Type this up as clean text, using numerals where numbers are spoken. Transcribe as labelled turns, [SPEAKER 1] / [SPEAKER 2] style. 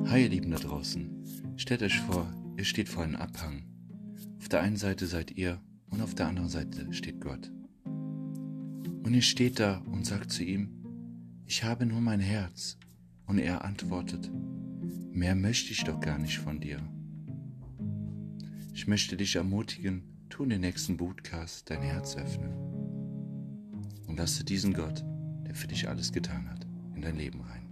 [SPEAKER 1] Hi ihr Lieben da draußen, stellt euch vor, ihr steht vor einem Abhang. Auf der einen Seite seid ihr und auf der anderen Seite steht Gott. Und ihr steht da und sagt zu ihm, ich habe nur mein Herz. Und er antwortet, mehr möchte ich doch gar nicht von dir. Ich möchte dich ermutigen, tu in den nächsten Podcast dein Herz öffnen. Und lasse diesen Gott, der für dich alles getan hat, in dein Leben rein.